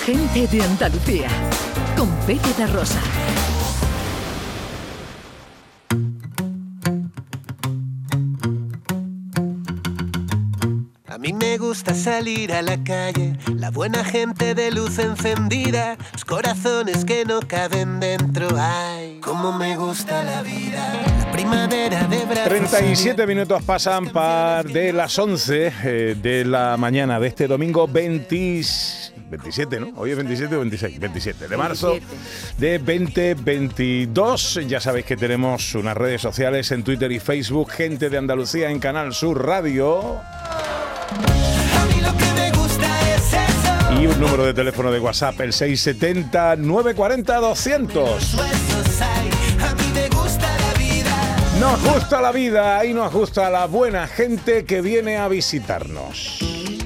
Gente de Andalucía, con Pepe da Rosa. A mí me gusta salir a la calle, la buena gente de luz encendida, los corazones que no caben dentro. Ay, cómo me gusta la vida, la primavera de brazos. 37 minutos pasan de las 11 de la mañana de este domingo 27, ¿no? Hoy es 27 o 26, 27 de marzo 27 de 2022. Ya sabéis que tenemos unas redes sociales en Twitter y Facebook, Gente de Andalucía en Canal Sur Radio. Y un número de teléfono de WhatsApp, el 670-940-200. Nos gusta la vida y nos gusta la buena gente que viene a visitarnos.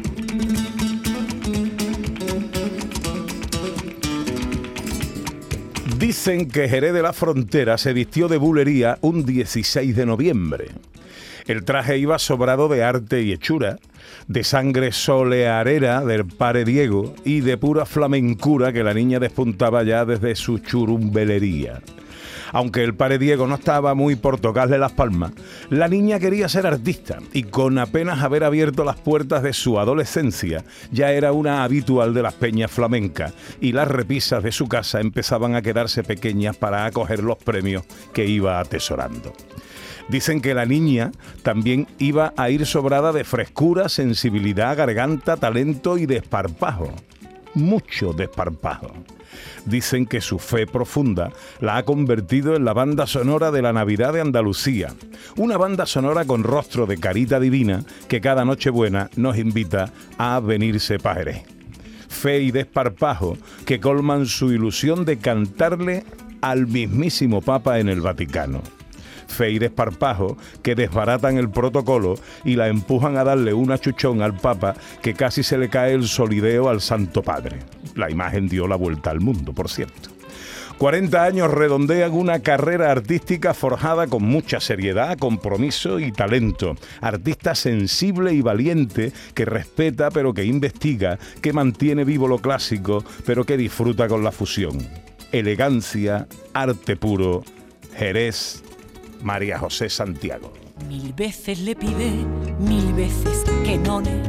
Dicen que Jerez de la Frontera se vistió de bulería un 16 de noviembre. El traje iba sobrado de arte y hechura, de sangre solearera del padre Diego y de pura flamencura que la niña despuntaba ya desde su churumbelería. Aunque el padre Diego no estaba muy por tocarle las palmas, la niña quería ser artista y con apenas haber abierto las puertas de su adolescencia ya era una habitual de las peñas flamencas y las repisas de su casa empezaban a quedarse pequeñas para acoger los premios que iba atesorando. Dicen que la niña también iba a ir sobrada de frescura, sensibilidad, garganta, talento y desparpajo. Mucho desparpajo. Dicen que su fe profunda la ha convertido en la banda sonora de la Navidad de Andalucía. Una banda sonora con rostro de carita divina que cada Nochebuena nos invita a venirse pa' Jerez. Fe y desparpajo que colman su ilusión de cantarle al mismísimo Papa en el Vaticano. Fe y desparpajo que desbaratan el protocolo y la empujan a darle un achuchón al Papa que casi se le cae el solideo al Santo Padre. La imagen dio la vuelta al mundo, por cierto. 40 años redondean una carrera artística forjada con mucha seriedad, compromiso y talento. Artista sensible y valiente que respeta pero que investiga, que mantiene vivo lo clásico pero que disfruta con la fusión. Elegancia, arte puro, Jerez, María José Santiago. 1000 veces le pide, 1000 veces que no de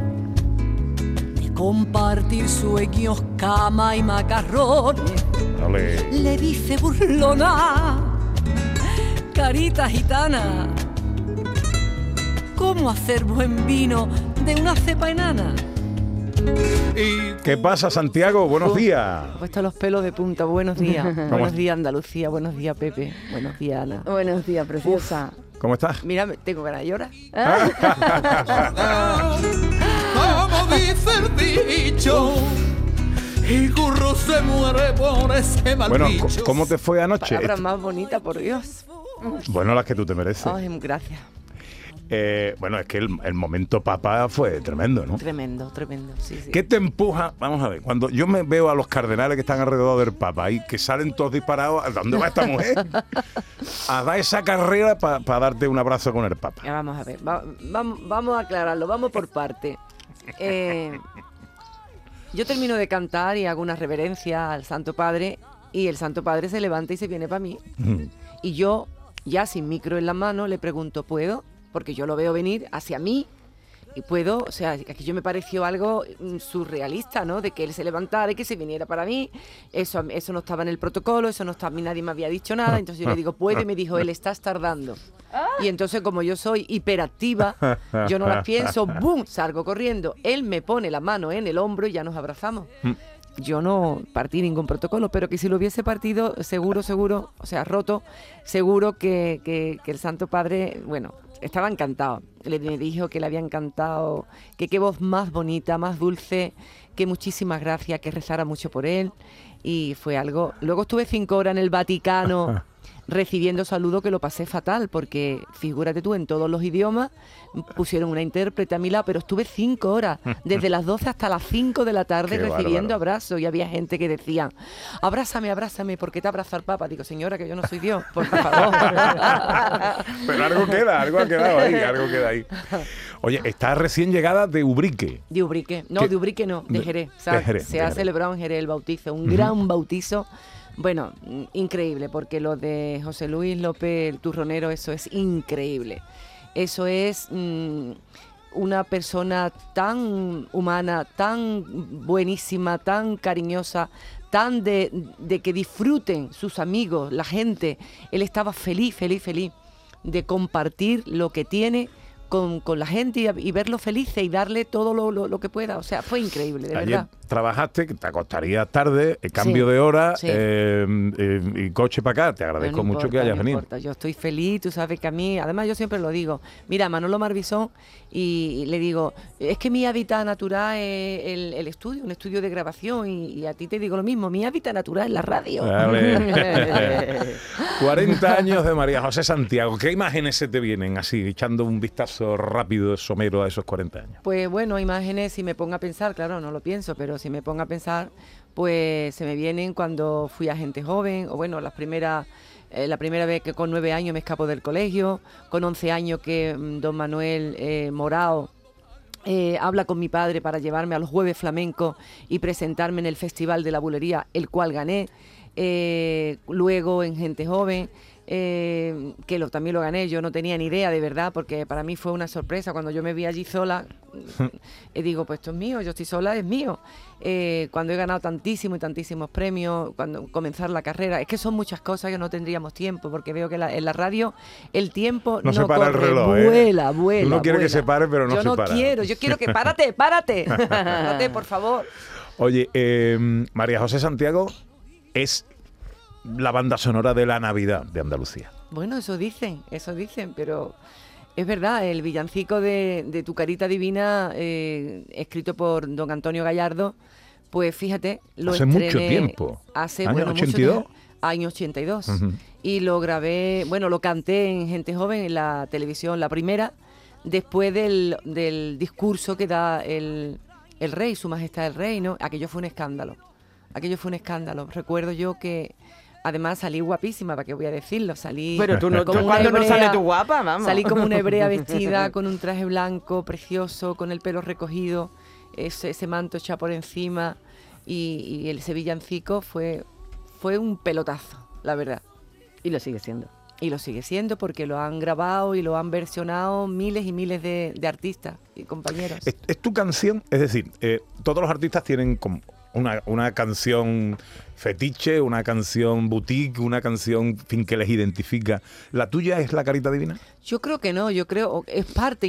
compartir sueños, cama y macarrones. Olé. Le dice burlona, carita gitana, ¿cómo hacer buen vino de una cepa enana? ¿Qué pasa, Santiago? Buenos días. He puesto los pelos de punta. Buenos días. Buenos días, Andalucía. Buenos días, Pepe. Buenos días, Ana. Buenos días, preciosa. ¿Cómo estás? Mira, tengo ganas de llorar. Como dice el dicho, el curro se muere por ese mal Bueno, bicho. ¿cómo te fue anoche? Palabras más bonitas, por Dios. Bueno, las que tú te mereces. Ay, gracias. Bueno, es que el momento Papa fue tremendo, ¿no? Tremendo, tremendo. Sí, sí. ¿Qué te empuja? Vamos a ver, cuando yo me veo a los cardenales que están alrededor del Papa y que salen todos disparados, ¿a dónde va esta mujer? A dar esa carrera para darte un abrazo con el Papa. Ya, vamos a ver, vamos a aclararlo, vamos por parte. Yo termino de cantar y hago una reverencia al Santo Padre y el Santo Padre se levanta y se viene para mí. Y yo, ya sin micro en la mano, le pregunto, ¿puedo? Porque yo lo veo venir hacia mí y puedo, o sea, que yo me pareció algo surrealista, ¿no? De que él se levantara y que se viniera para mí. Eso no estaba en el protocolo, eso no estaba, nadie me había dicho nada. Entonces yo le digo, ¿puedo? Y me dijo, él, estás tardando. Y entonces, como yo soy hiperactiva, yo no las pienso, ¡boom!, salgo corriendo. Él me pone la mano en el hombro y ya nos abrazamos. Yo no partí ningún protocolo, pero que si lo hubiese partido, seguro, o sea, roto, seguro que el Santo Padre, bueno, estaba encantado. Me dijo que le había encantado, que qué voz más bonita, más dulce, que muchísimas gracias, que rezara mucho por él. Y fue algo... Luego estuve 5 horas en el Vaticano recibiendo saludos que lo pasé fatal, porque figúrate tú, en todos los idiomas pusieron una intérprete a mi lado, pero estuve 5 horas, desde las 12 hasta las 5 de la tarde recibiendo abrazos, y había gente que decía, abrázame, abrázame, ¿por qué te abraza el Papa? Digo, señora, que yo no soy Dios, por favor. Pero algo queda, algo ha quedado ahí, algo queda ahí. Oye, está recién llegada de Ubrique. De Ubrique, no, de Ubrique no, de Jerez. O sea, de Jerez, se ha celebrado en Jerez el bautizo, un gran bautizo. Bueno, increíble, porque lo de José Luis López, el turronero, eso es increíble. Eso es una persona tan humana, tan buenísima, tan cariñosa, tan de que disfruten sus amigos, la gente. Él estaba feliz de compartir lo que tiene con la gente y verlo felices y darle todo lo que pueda. O sea, fue increíble, de verdad. Trabajaste, que te acostarías tarde, el cambio de hora y coche para acá. Te agradezco mucho que hayas venido. Yo estoy feliz, tú sabes que a mí, además yo siempre lo digo, mira, Manolo Marbizón, y le digo, es que mi hábitat natural es el estudio, un estudio de grabación, y a ti te digo lo mismo, mi hábitat natural es la radio. Vale. 40 años de María José Santiago. ¿Qué imágenes se te vienen así, echando un vistazo rápido, somero a esos 40 años? Pues bueno, imágenes, si me pongo a pensar, claro, no lo pienso, pero si me pongo a pensar, pues se me vienen cuando fui agente joven, o bueno, la primera vez que con 9 años me escapó del colegio, con 11 años que don Manuel Morao habla con mi padre para llevarme a los Jueves Flamencos y presentarme en el Festival de la Bulería, el cual gané, luego en Gente Joven, que también lo gané. Yo no tenía ni idea, de verdad, porque para mí fue una sorpresa cuando yo me vi allí sola. Digo, pues esto es mío, yo estoy sola, es mío. Cuando he ganado tantísimos premios, cuando comenzar la carrera, es que son muchas cosas que no tendríamos tiempo, porque veo que en la radio el tiempo no se para, corre, el reloj, vuela. Uno quiere que se pare, pero no se para. Yo quiero que párate, párate, por favor. Oye, María José Santiago es la banda sonora de la Navidad de Andalucía. Bueno, eso dicen, pero es verdad, el villancico de Tu Carita Divina, escrito por don Antonio Gallardo, pues fíjate, lo hace estrené, mucho tiempo. Hace, ¿Año 82? Año 82. Y lo grabé, bueno, lo canté en Gente Joven, en la televisión, la primera, después del discurso que da el rey, Su Majestad el Rey, ¿no? Aquello fue un escándalo. Recuerdo yo que además salí guapísima, ¿para qué voy a decirlo? Salí. Pero tú no, cuando no sales tú guapa, vamos. Salí como una hebrea vestida, con un traje blanco, precioso, con el pelo recogido, ese manto echado por encima, y ese villancico fue un pelotazo, la verdad. Y lo sigue siendo. Y lo sigue siendo porque lo han grabado y lo han versionado miles y miles de artistas y compañeros. ¿Es tu canción? Es decir, todos los artistas tienen como una canción fetiche, una canción boutique, una canción que les identifica. ¿La tuya es La Carita Divina? Yo creo que no, es parte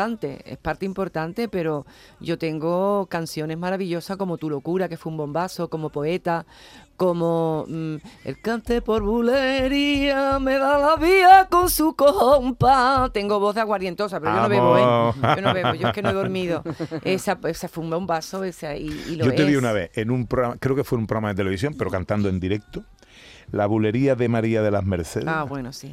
importante, pero yo tengo canciones maravillosas como Tu Locura, que fue un bombazo, como Poeta, como El cante por bulería me da la vía con su compa. Tengo voz de aguardientosa, pero yo no bebo, yo es que no he dormido. Esa fue un bombazo, y lo es. Yo te vi una vez en un programa, creo que fue un programa de televisión, pero cantando en directo, La Bulería de María de las Mercedes. Ah, bueno, sí.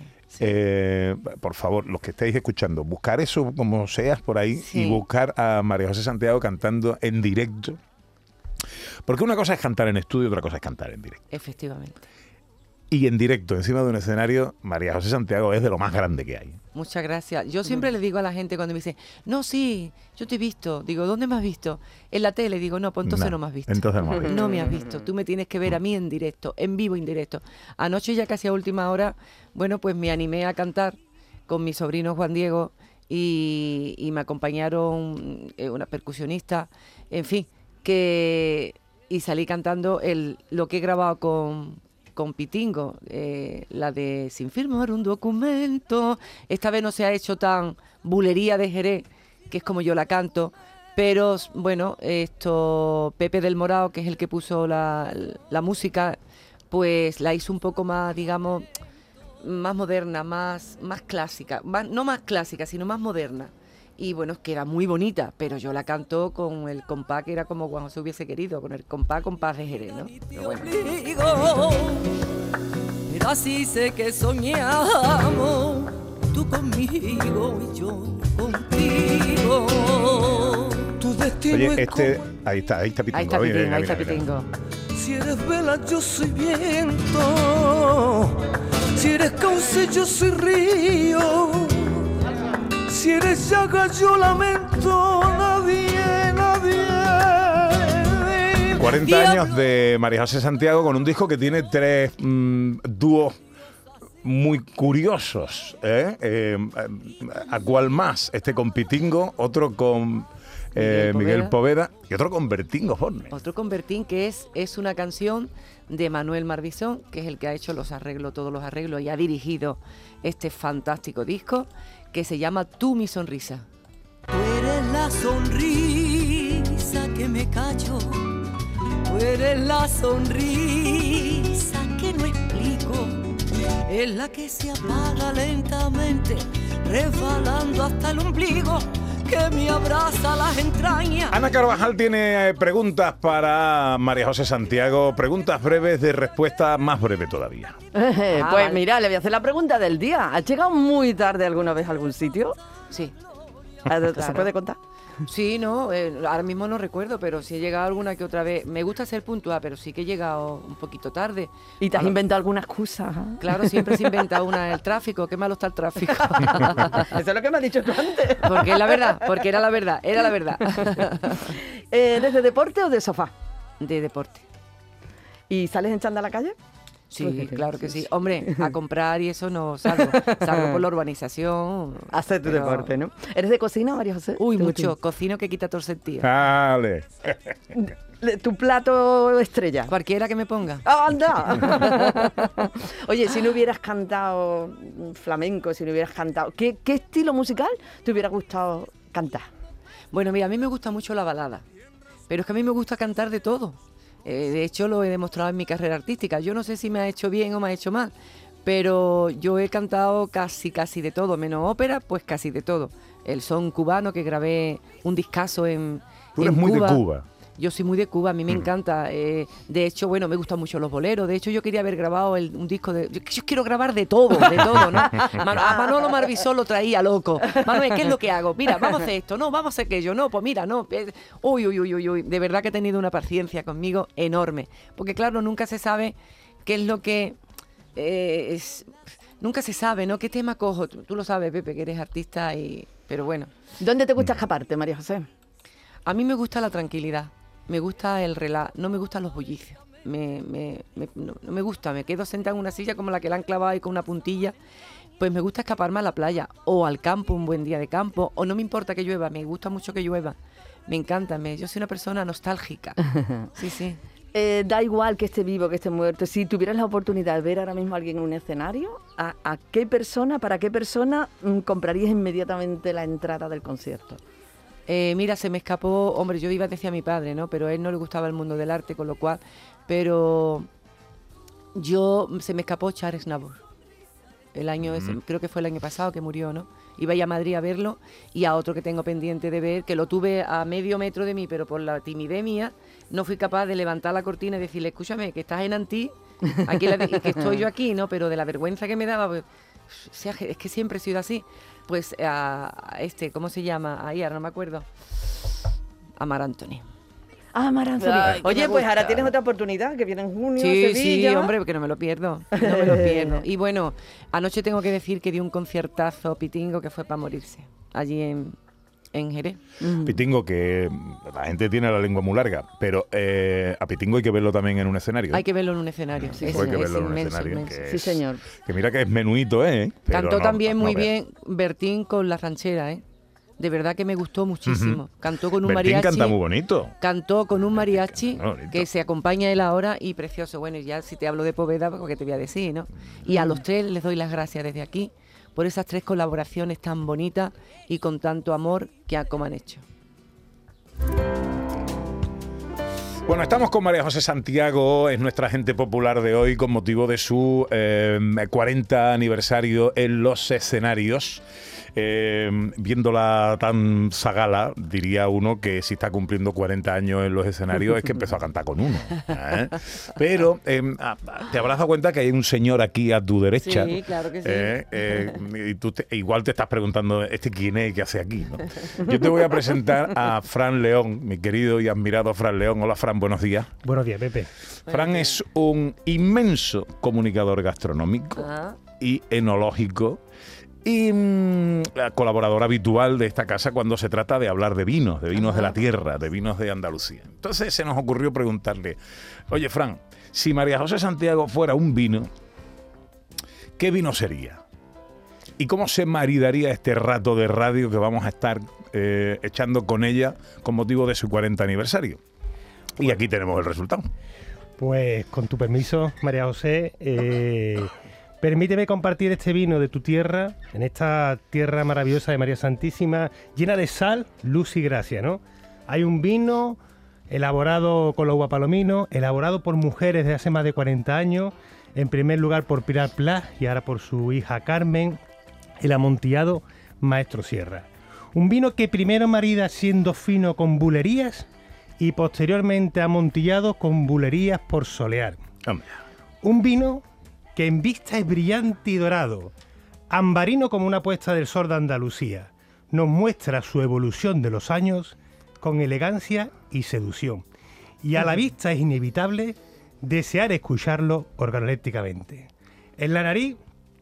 Por favor, los que estéis escuchando, buscar eso como seas por ahí y buscar a María José Santiago cantando en directo. Porque una cosa es cantar en estudio, otra cosa es cantar en directo. Efectivamente. Y en directo, encima de un escenario, María José Santiago es de lo más grande que hay. Muchas gracias. Yo siempre le digo a la gente cuando me dice, no, sí, yo te he visto. Digo, ¿dónde me has visto? En la tele. Digo, no, pues entonces no me has visto. Entonces no me has visto. No me has visto. Tú me tienes que ver a mí en directo, en vivo, en directo. Anoche, ya casi a última hora, bueno, pues me animé a cantar con mi sobrino Juan Diego y me acompañaron una percusionista, en fin, y salí cantando lo que he grabado con Pitingo, la de Sin firmar un documento. Esta vez no se ha hecho tan bulería de Jerez, que es como yo la canto, pero bueno, Pepe del Morao, que es el que puso la música, pues la hizo un poco más, digamos, más moderna, más clásica, no más clásica, sino más moderna. Y bueno, queda muy bonita, pero yo la canto con el compás que era como Juan José hubiese querido, con el compás de Jerez, ¿no? Pero bueno. Así sé que soñamos, tú conmigo y yo contigo. Tu destino Oye, es ahí está Pitingo. Ahí está Oye, Pitingo, mira, ahí está mira, mira. Pitingo. Si eres vela, yo soy viento. Si eres cauce, yo soy río. Si eres llaga, yo lamento. Nadie. 40 años de María José Santiago con un disco que tiene 3 dúos muy curiosos. ¿A cuál más? Este con Pitingo, otro con Miguel Poveda y otro con Bertín Osborne. Otro con Bertín, que es una canción de Manuel Marbizón, que es el que ha hecho todos los arreglos y ha dirigido este fantástico disco, que se llama Tú mi sonrisa. Tú eres la sonrisa que me callo, tú eres la sonrisa que no explico, es la que se apaga lentamente, resbalando hasta el ombligo, que me abraza las entrañas. Ana Carvajal tiene preguntas para María José Santiago, preguntas breves de respuesta más breve todavía. Pues vale. mira, le voy a hacer la pregunta del día. ¿Has llegado muy tarde alguna vez a algún sitio? Sí. ¿Se Claro. puede contar? Sí, no, ahora mismo no recuerdo, pero sí he llegado alguna que otra vez. Me gusta ser puntual, pero sí que he llegado un poquito tarde. ¿Y te has inventado alguna excusa? Claro, siempre se inventa una, el tráfico, qué malo está el tráfico. Eso es lo que me has dicho tú antes. Porque es la verdad, porque era la verdad. ¿Desde deporte o de sofá? De deporte. ¿Y sales en chándal a la calle? Sí, claro que sí. Hombre, a comprar y eso no salgo. Salgo por la urbanización. Hacer tu pero- deporte, ¿no? ¿Eres de cocina, María José? Uy, ¿Te mucho. gusta? Cocino que quita todo el sentido. Vale. ¿Tu plato estrella? Cualquiera que me ponga. ¡Ah, anda! Oye, si no hubieras cantado flamenco, si no hubieras cantado... ¿Qué estilo musical te hubiera gustado cantar? Bueno, mira, a mí me gusta mucho la balada. Pero es que a mí me gusta cantar de todo. De hecho, lo he demostrado en mi carrera artística. Yo no sé si me ha hecho bien o me ha hecho mal, pero yo he cantado casi de todo, menos ópera, pues casi de todo. El son cubano, que grabé un discazo en Tú eres en muy de Cuba. Yo soy muy de Cuba, a mí me encanta. De hecho, bueno, me gustan mucho los boleros. De hecho, yo quería haber grabado un disco de... Yo quiero grabar de todo, ¿no? A Manolo Marbizón lo traía loco. Manuel, ¿qué es lo que hago? Mira, vamos a hacer esto, no, vamos a hacer aquello, no, pues mira, no. Uy. De verdad que he tenido una paciencia conmigo enorme. Porque claro, nunca se sabe qué es lo que... nunca se sabe, ¿no? ¿Qué tema cojo? Tú lo sabes, Pepe, que eres artista pero bueno. ¿Dónde te gusta escaparte, María José? A mí me gusta la tranquilidad, me gusta el relax, no me gustan los bullicios. No me gusta, me quedo sentada en una silla como la que la han clavado ahí con una puntilla. Pues me gusta escaparme a la playa o al campo, un buen día de campo, o no me importa que llueva, me gusta mucho que llueva. Me encanta, yo soy una persona nostálgica. Sí. Da igual que esté vivo, que esté muerto. Si tuvieras la oportunidad de ver ahora mismo a alguien en un escenario, ¿para qué persona comprarías inmediatamente la entrada del concierto? Mira, se me escapó, hombre, yo iba a decir a mi padre, ¿no? Pero a él no le gustaba el mundo del arte, con lo cual, pero se me escapó Charles Nabor. El año ese, creo que fue el año pasado que murió, ¿no? Iba ya a Madrid a verlo, y a otro que tengo pendiente de ver, que lo tuve a medio metro de mí, pero por la timidez mía no fui capaz de levantar la cortina y decirle, escúchame, que estás en Antí, aquí y que estoy yo aquí, ¿no? Pero de la vergüenza que me daba, pues, es que siempre he sido así. Pues ¿cómo se llama? Ahí, ahora no me acuerdo. a Mar Anthony. Ah, Mar Anthony. Ay, que Oye, me pues ahora gusta. tienes otra oportunidad, que viene en junio, Sí, Sevilla. sí, hombre, porque no me lo pierdo. No me lo pierdo. Y bueno, anoche tengo que decir que dio un conciertazo Pitingo que fue para morirse, allí en Jerez. Pitingo, que la gente tiene la lengua muy larga, pero a Pitingo hay que verlo también en un escenario. Hay que verlo en un escenario. Sí, es, Hay que verlo en un inmenso, escenario. inmenso. Que Sí, es- señor. Que mira que es menuito, ¿eh? Pero Cantó no- también no muy veas. bien Bertín con la ranchera, ¿eh? De verdad que me gustó muchísimo. Cantó con un Bertín mariachi. canta muy bonito. Cantó con un mariachi Muy bonito. que se acompaña él ahora y precioso. Bueno, y ya si te hablo de Poveda, porque te voy a decir, ¿no? Y a los tres les doy las gracias desde aquí por esas tres colaboraciones tan bonitas y con tanto amor como han hecho. Bueno, estamos con María José Santiago, es nuestra gente popular de hoy con motivo de su 40 aniversario en los escenarios. viéndola tan sagala, diría uno que si está cumpliendo 40 años en los escenarios es que empezó a cantar con uno. Pero te habrás dado cuenta que hay un señor aquí a tu derecha. Sí, claro que sí. Y tú igual te estás preguntando, ¿este quién es y qué hace aquí? ¿No? Yo te voy a presentar a Fran León, mi querido y admirado Fran León. Hola, Fran, buenos días. Buenos días, Pepe. Fran es un inmenso comunicador gastronómico y enológico y colaborador habitual de esta casa cuando se trata de hablar de vinos de la tierra, de vinos de Andalucía. Entonces se nos ocurrió preguntarle, oye, Fran, si María José Santiago fuera un vino, ¿qué vino sería? ¿Y cómo se maridaría este rato de radio que vamos a estar echando con ella con motivo de su 40 aniversario? Y aquí tenemos el resultado. Pues con tu permiso, María José, permíteme compartir este vino de tu tierra, en esta tierra maravillosa de María Santísima, llena de sal, luz y gracia, ¿no? Hay un vino elaborado con los uva palomino, elaborado por mujeres de hace más de 40 años, en primer lugar por Pilar Plas y ahora por su hija Carmen, el amontillado Maestro Sierra. Un vino que primero marida siendo fino con bulerías y posteriormente amontillado con bulerías por solear. Un vino que en vista es brillante y dorado, ambarino como una puesta del sol de Andalucía, nos muestra su evolución de los años con elegancia y seducción. Y a la vista es inevitable desear escucharlo organolépticamente. En la nariz,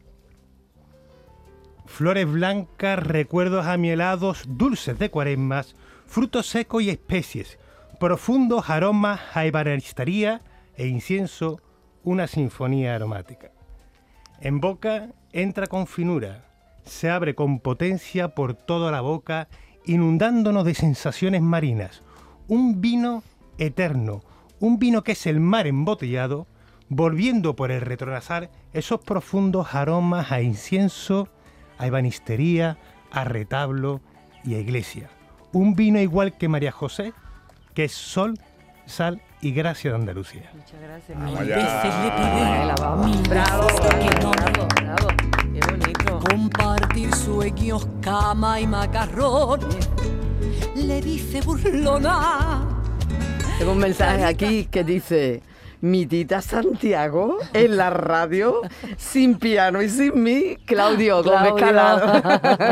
flores blancas, recuerdos amielados, dulces de cuaresmas, frutos secos y especies, profundos aromas a ebanistería e incienso, una sinfonía aromática. En boca entra con finura, se abre con potencia por toda la boca, inundándonos de sensaciones marinas. Un vino eterno, un vino que es el mar embotellado, volviendo por el retronasar esos profundos aromas a incienso, a ebanistería, a retablo y a iglesia. Un vino igual que María José, que es sol, sal y gracia de Andalucía. Muchas gracias. Vamos Mil allá. veces le pide, mil Bravo, veces que no. bravo. Qué bonito. Compartir sueños, cama y macarrones. Le dice burlona. Tengo un mensaje aquí que dice: mi tita Santiago en la radio, sin piano y sin mí, Claudio Gómez Calado.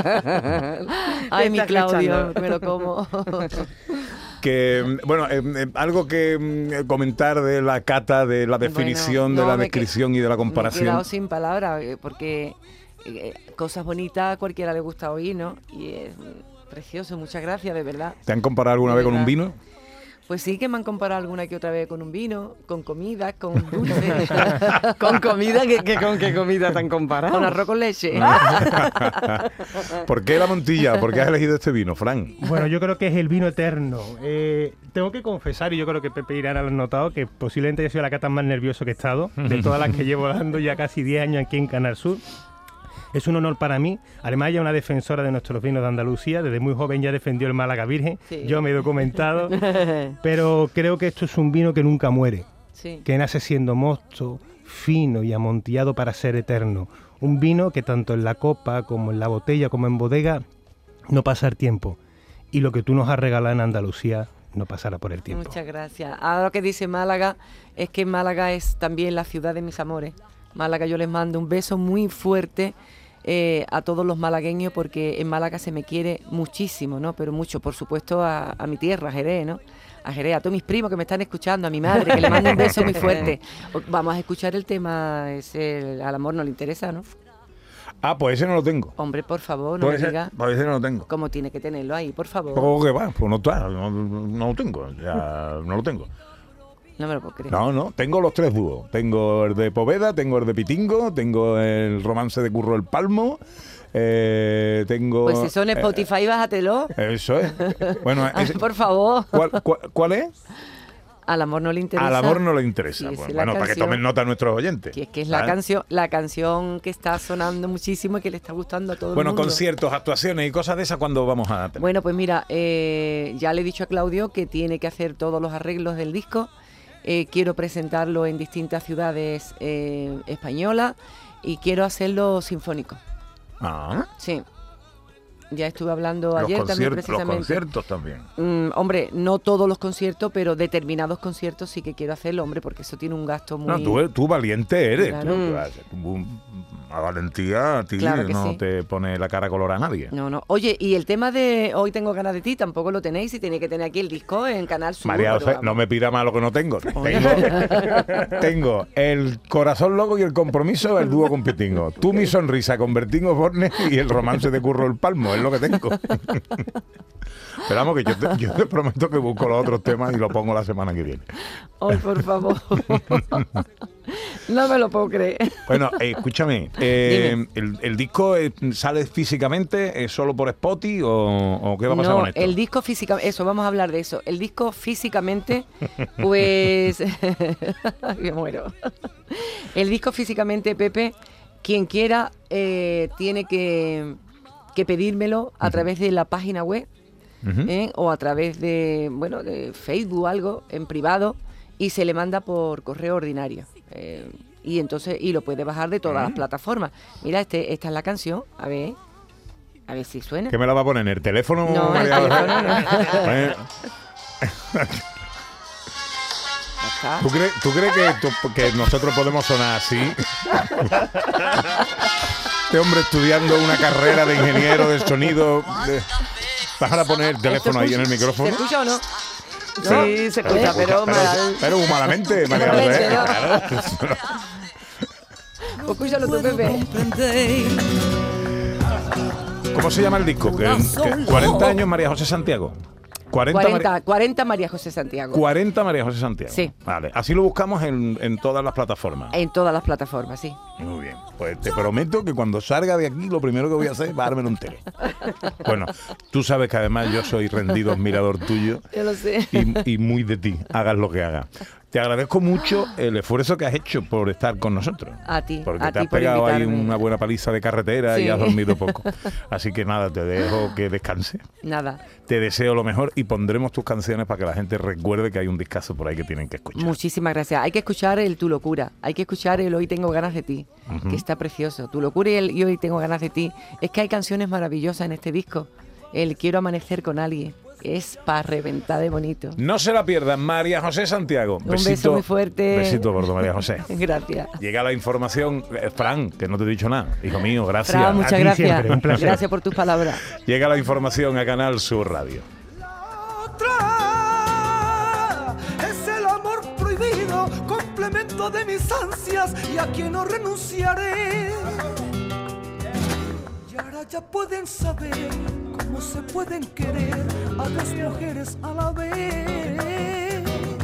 Ay, mi Está Claudio, escuchando. me lo como. Que, bueno, algo que comentar de la cata, de la definición, Bueno, de la me descripción y de la Me he comparación. quedado sin palabras, porque cosas bonitas a cualquiera le gusta oír, ¿no? Y es precioso, muchas gracias, de verdad. ¿Te han comparado alguna De vez con un verdad. vino? Pues sí que me han comparado alguna que otra vez con un vino, con comida, con dulce, Con comida, ¿con qué comida tan comparado? con arroz con leche. ¿Por qué la Montilla? ¿Por qué has elegido este vino, Fran? Bueno, yo creo que es el vino eterno. Tengo que confesar, y yo creo que Pepe y Irán lo han notado, que posiblemente haya sido la cata más nervioso que he estado, de todas las que llevo dando ya casi 10 años aquí en Canal Sur. Es un honor para mí. Además, ella es una defensora de nuestros vinos de Andalucía. Desde muy joven ya defendió el Málaga Virgen. Sí. Yo me he documentado. Pero creo que esto es un vino que nunca muere. Sí. Que nace siendo mosto, fino y amontillado para ser eterno. Un vino que tanto en la copa como en la botella como en bodega no pasa el tiempo. Y lo que tú nos has regalado en Andalucía no pasará por el tiempo. Muchas gracias. Ahora lo que dice Málaga es que Málaga es también la ciudad de mis amores. Málaga, yo les mando un beso muy fuerte a todos los malagueños, porque en Málaga se me quiere muchísimo, ¿no? Pero mucho, por supuesto, a mi tierra, a Jerez, ¿no? A Jerez, a todos mis primos que me están escuchando, a mi madre, que le mando un beso muy fuerte. Vamos a escuchar el tema, al amor no le interesa, ¿no? Ah, pues ese no lo tengo. Hombre, por favor, no Pues me ese, diga pues ese no lo tengo. cómo tiene que tenerlo ahí, por favor. ¿Cómo que va? Pues no está, no lo tengo. Ya, no lo tengo. No me lo puedo creer. No, tengo los tres dúos. Tengo el de Poveda, tengo el de Pitingo, tengo el romance de Curro el Palmo, tengo... Pues eso en Spotify, bájatelo. Eso es. Bueno, Ay, por favor. ¿Cuál es? Al amor no le interesa. Al amor no le interesa. Sí, Pues, sí, la bueno, para que canción. tomen nota nuestros oyentes. Que es que es la canción que está sonando muchísimo y que le está gustando a todo Bueno, el mundo. conciertos, actuaciones y cosas de esas, ¿cuándo vamos a tener? Bueno, pues mira, ya le he dicho a Claudio que tiene que hacer todos los arreglos del disco. Quiero presentarlo en distintas ciudades españolas y quiero hacerlo sinfónico. Ah, Sí. Ya estuve hablando ayer también precisamente. Los conciertos también. Hombre, no todos los conciertos, pero determinados conciertos sí que quiero hacerlo, hombre, porque eso tiene un gasto muy... No, tú valiente eres. Claro. A valentía a ti Claro que no sí. te pone la cara color a nadie. No. Oye, y el tema de Hoy tengo ganas de ti, tampoco lo tenéis y tenéis que tener aquí el disco en Canal Sur. María pero José, vamos. no me pida más lo que no tengo. Tengo el corazón loco y el compromiso, el dúo con Pitingo. Tú mi sonrisa con Bertín Osborne y el romance de Curro el Palmo, es lo que tengo. Pero vamos, que yo te prometo que busco los otros temas y lo pongo la semana que viene. Ay, por favor. No me lo puedo creer. Bueno, escúchame, ¿el disco sale físicamente solo por Spotify o qué va a pasar con esto? El disco físicamente, eso, vamos a hablar de eso. El disco físicamente, pues... Me muero. El disco físicamente, Pepe, quien quiera tiene que pedírmelo a través de la página web o a través de Facebook o algo, en privado, y se le manda por correo ordinario. Y lo puede bajar de todas las plataformas. Mira, esta es la canción, a ver si suena. ¿Qué me la va a poner? ¿El teléfono? No, el María? teléfono no. Bueno. ¿Tú crees que nosotros podemos sonar así? Este hombre estudiando una carrera de ingeniero de sonido. ¿Vas a poner el teléfono ahí en el micrófono? ¿Se escucha o no? Sí, se escucha, pero mal. Pero malamente, María José. ¿no? Claro. Pues escúchalo tú, Pepe. ¿Cómo se llama el disco? 40 años María José Santiago. 40 María José Santiago. 40 María José Santiago. Sí. Vale, así lo buscamos en todas las plataformas. En todas las plataformas, sí. Muy bien. Pues te prometo que cuando salga de aquí lo primero que voy a hacer es bajármelo en tele. Bueno, tú sabes que además yo soy rendido admirador tuyo. Yo lo sé. Y muy de ti, hagas lo que hagas. Te agradezco mucho el esfuerzo que has hecho por estar con nosotros. A ti, Porque a te ti has por pegado ahí invitarme. una buena paliza de carretera Sí. y has dormido poco. Así que nada, te dejo que descanse. Nada. Te deseo lo mejor y pondremos tus canciones para que la gente recuerde que hay un discazo por ahí que tienen que escuchar. Muchísimas gracias. Hay que escuchar el Tu Locura. Hay que escuchar el Hoy tengo ganas de ti, que está precioso. Tu Locura y Hoy tengo ganas de ti. Es que hay canciones maravillosas en este disco. El Quiero amanecer con alguien. Es para reventar de bonito. No se la pierdan, María José Santiago. Un beso muy fuerte. Besito gordo, María José. Gracias. Llega la información, Fran, que no te he dicho nada. Hijo mío, gracias. Fran, A muchas ti gracias. siempre, un placer. Gracias por tus palabras. Llega la información a Canal Sur Radio. Otra es el amor prohibido, complemento de mis ansias y a quien no renunciaré. Y ahora ya pueden saber cómo se pueden querer a dos mujeres a la vez.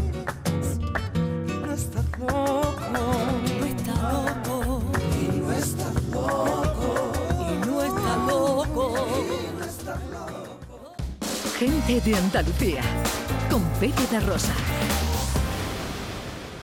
Y no estás loco, no estás loco, y no estás loco, y no estás loco. Gente de Andalucía, con Pepe da Rosa.